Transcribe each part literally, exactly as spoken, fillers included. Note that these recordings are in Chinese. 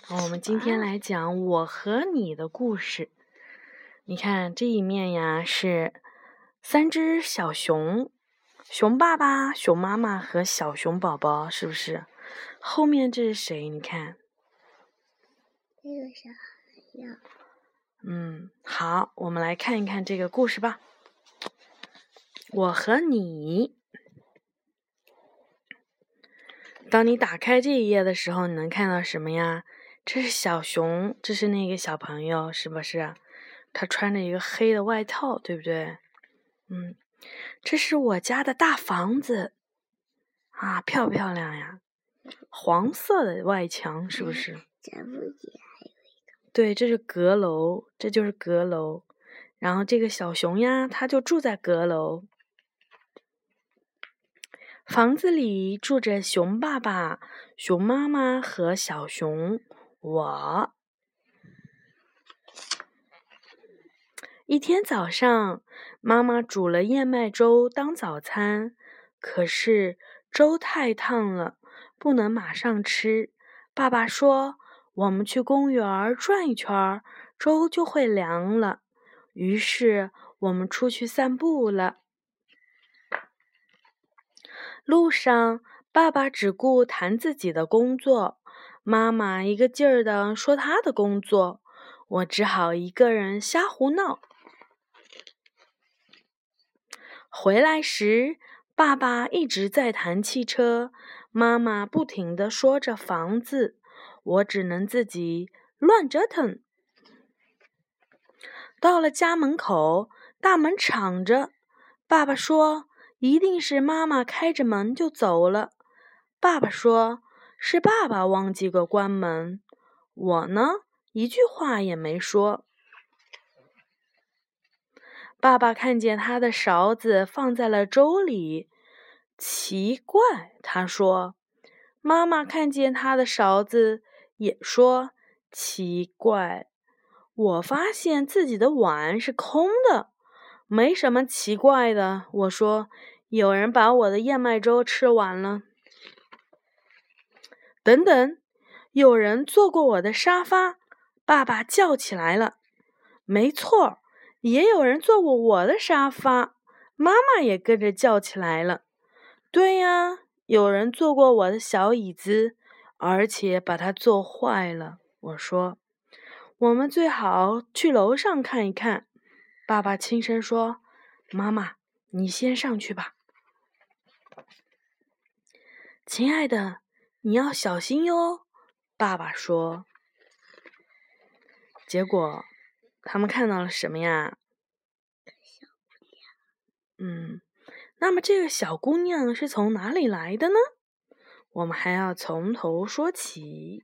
我们今天来讲我和你的故事。你看这一面呀，是三只小熊，熊爸爸、熊妈妈和小熊宝宝，是不是？后面这是谁？你看， 这个小孩呀。 嗯，好，我们来看一看这个故事吧。我和你。当你打开这一页的时候，你能看到什么呀？这是小熊，这是那个小朋友，是不是？他穿着一个黑的外套，对不对？嗯，这是我家的大房子啊，漂不漂亮呀？黄色的外墙，是不是？ 这附近还有一个。 对，这是阁楼，这就是阁楼。然后这个小熊呀，它就住在阁楼。房子里住着熊爸爸、熊妈妈和小熊。我。一天早上，妈妈煮了燕麦粥当早餐，可是粥太烫了，不能马上吃。爸爸说：“我们去公园转一圈，粥就会凉了。”于是我们出去散步了。路上，爸爸只顾谈自己的工作，妈妈一个劲儿地说她的工作，我只好一个人瞎胡闹。回来时，爸爸一直在谈汽车，妈妈不停地说着房子，我只能自己乱折腾。到了家门口，大门敞着，爸爸说一定是妈妈开着门就走了。爸爸说是爸爸忘记个关门，我呢一句话也没说。爸爸看见他的勺子放在了粥里，奇怪，他说。妈妈看见他的勺子，也说奇怪。我发现自己的碗是空的，没什么奇怪的。我说，有人把我的燕麦粥吃完了。等等，有人坐过我的沙发，爸爸叫起来了。没错，也有人坐过我的沙发，妈妈也跟着叫起来了。对呀，有人坐过我的小椅子，而且把它坐坏了。我说，我们最好去楼上看一看。爸爸轻声说，妈妈，你先上去吧。亲爱的，你要小心哟，爸爸说。结果他们看到了什么呀？嗯，那么这个小姑娘是从哪里来的呢？我们还要从头说起。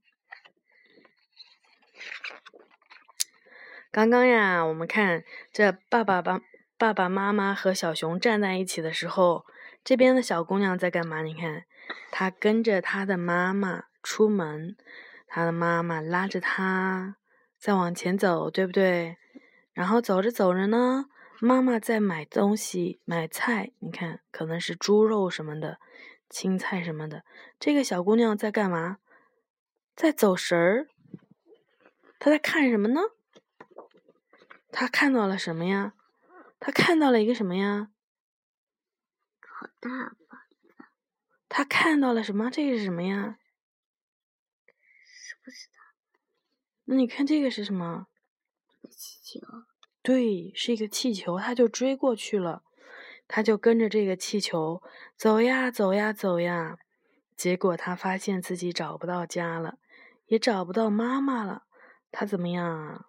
刚刚呀，我们看这爸爸爸爸爸妈妈和小熊站在一起的时候，这边的小姑娘在干嘛？你看，她跟着她的妈妈出门，她的妈妈拉着她再往前走，对不对？然后走着走着呢，妈妈在买东西，买菜，你看，可能是猪肉什么的，青菜什么的。这个小姑娘在干嘛？在走神儿。她在看什么呢？她看到了什么呀？她看到了一个什么呀？ 好大吧？ 她看到了什么？这个是什么呀？ 是不是的？ 那你看这个是什么？ 这个气球。 对，是一个气球，她就追过去了。她就跟着这个气球走呀走呀走呀，结果她发现自己找不到家了，也找不到妈妈了。她怎么样啊？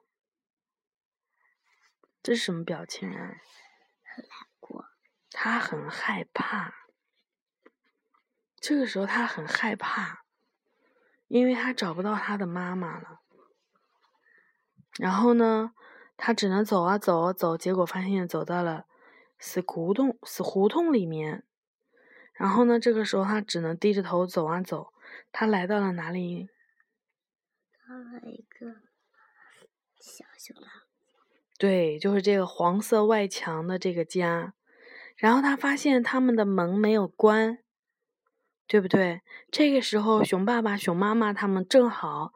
这是什么表情啊？ 很难过。 她很害怕。这个时候她很害怕，因为她找不到她的妈妈了。然后呢，她只能走啊走啊走，结果发现走到了死胡同死胡同里面。然后呢，这个时候她只能低着头走啊走。她来到了哪里？ 到了一个小熊的。 对，就是这个黄色外墙的这个家。然后她发现他们的门没有关，对不对？这个时候，熊爸爸、熊妈妈他们正好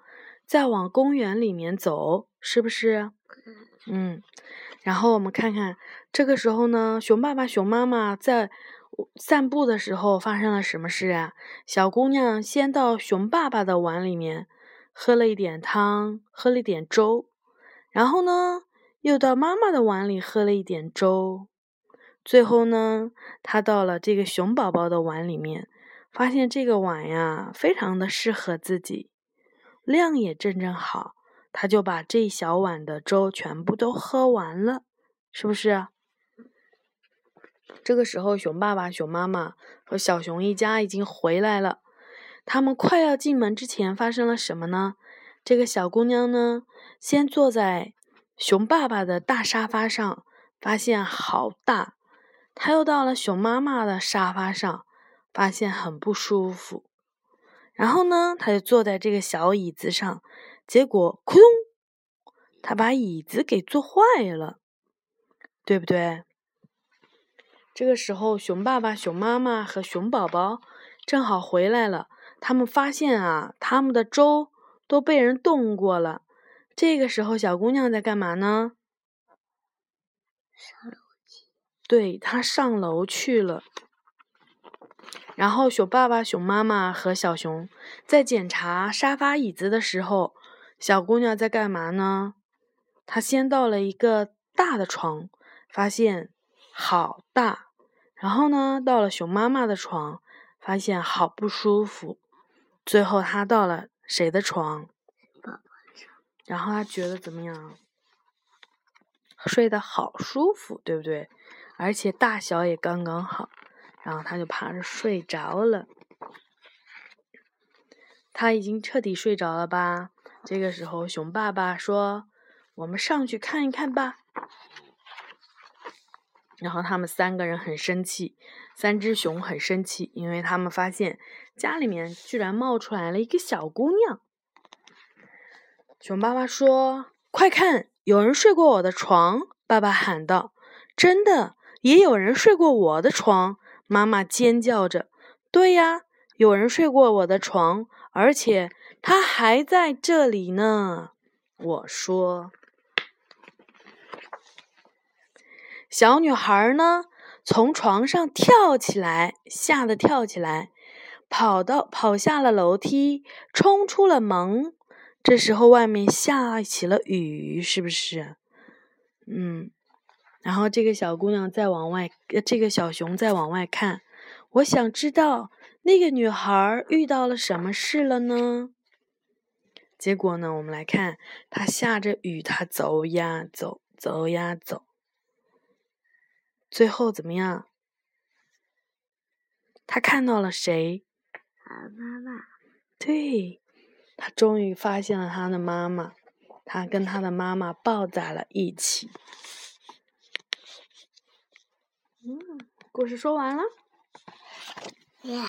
在往公园里面走，是不是？嗯，然后我们看看，这个时候呢，熊爸爸、熊妈妈在散步的时候发生了什么事啊？小姑娘先到熊爸爸的碗里面喝了一点汤，喝了一点粥，然后呢，又到妈妈的碗里喝了一点粥，最后呢，她到了这个熊宝宝的碗里面，发现这个碗呀，非常的适合自己，量也正正好。他就把这一小碗的粥全部都喝完了，是不是？这个时候，熊爸爸、熊妈妈和小熊一家已经回来了。他们快要进门之前，发生了什么呢？这个小姑娘呢，先坐在熊爸爸的大沙发上，发现好大。她又到了熊妈妈的沙发上，发现很不舒服。然后呢，她就坐在这个小椅子上。结果，咕咚，他把椅子给坐坏了，对不对？这个时候，熊爸爸、熊妈妈和熊宝宝正好回来了。他们发现啊，他们的粥都被人动过了。这个时候，小姑娘在干嘛呢？ 上楼去。 对，她上楼去了。然后，熊爸爸、熊妈妈和小熊在检查沙发椅子的时候，小姑娘在干嘛呢？她先到了一个大的床，发现好大。然后呢，到了熊妈妈的床，发现好不舒服。最后，她到了谁的床？ 宝宝床。 然后她觉得怎么样？睡得好舒服，对不对？而且大小也刚刚好。然后她就趴着睡着了。她已经彻底睡着了吧？这个时候，熊爸爸说：“我们上去看一看吧。”然后他们三个人很生气，三只熊很生气，因为他们发现家里面居然冒出来了一个小姑娘。熊爸爸说：“快看，有人睡过我的床！”爸爸喊道。“真的，也有人睡过我的床！”妈妈尖叫着。“对呀，有人睡过我的床，而且他还在这里呢。”我说。小女孩呢，从床上跳起来，吓得跳起来，跑到跑下了楼梯，冲出了门。这时候外面下起了雨，是不是？嗯，然后这个小姑娘再往外，这个小熊再往外看。我想知道那个女孩遇到了什么事了呢？结果呢，我们来看，她下着雨，她走呀走，走呀走。最后怎么样？他看到了谁？ 妈妈。 对，他终于发现了他的妈妈，他跟他的妈妈抱在了一起。嗯，故事说完了。 Yeah.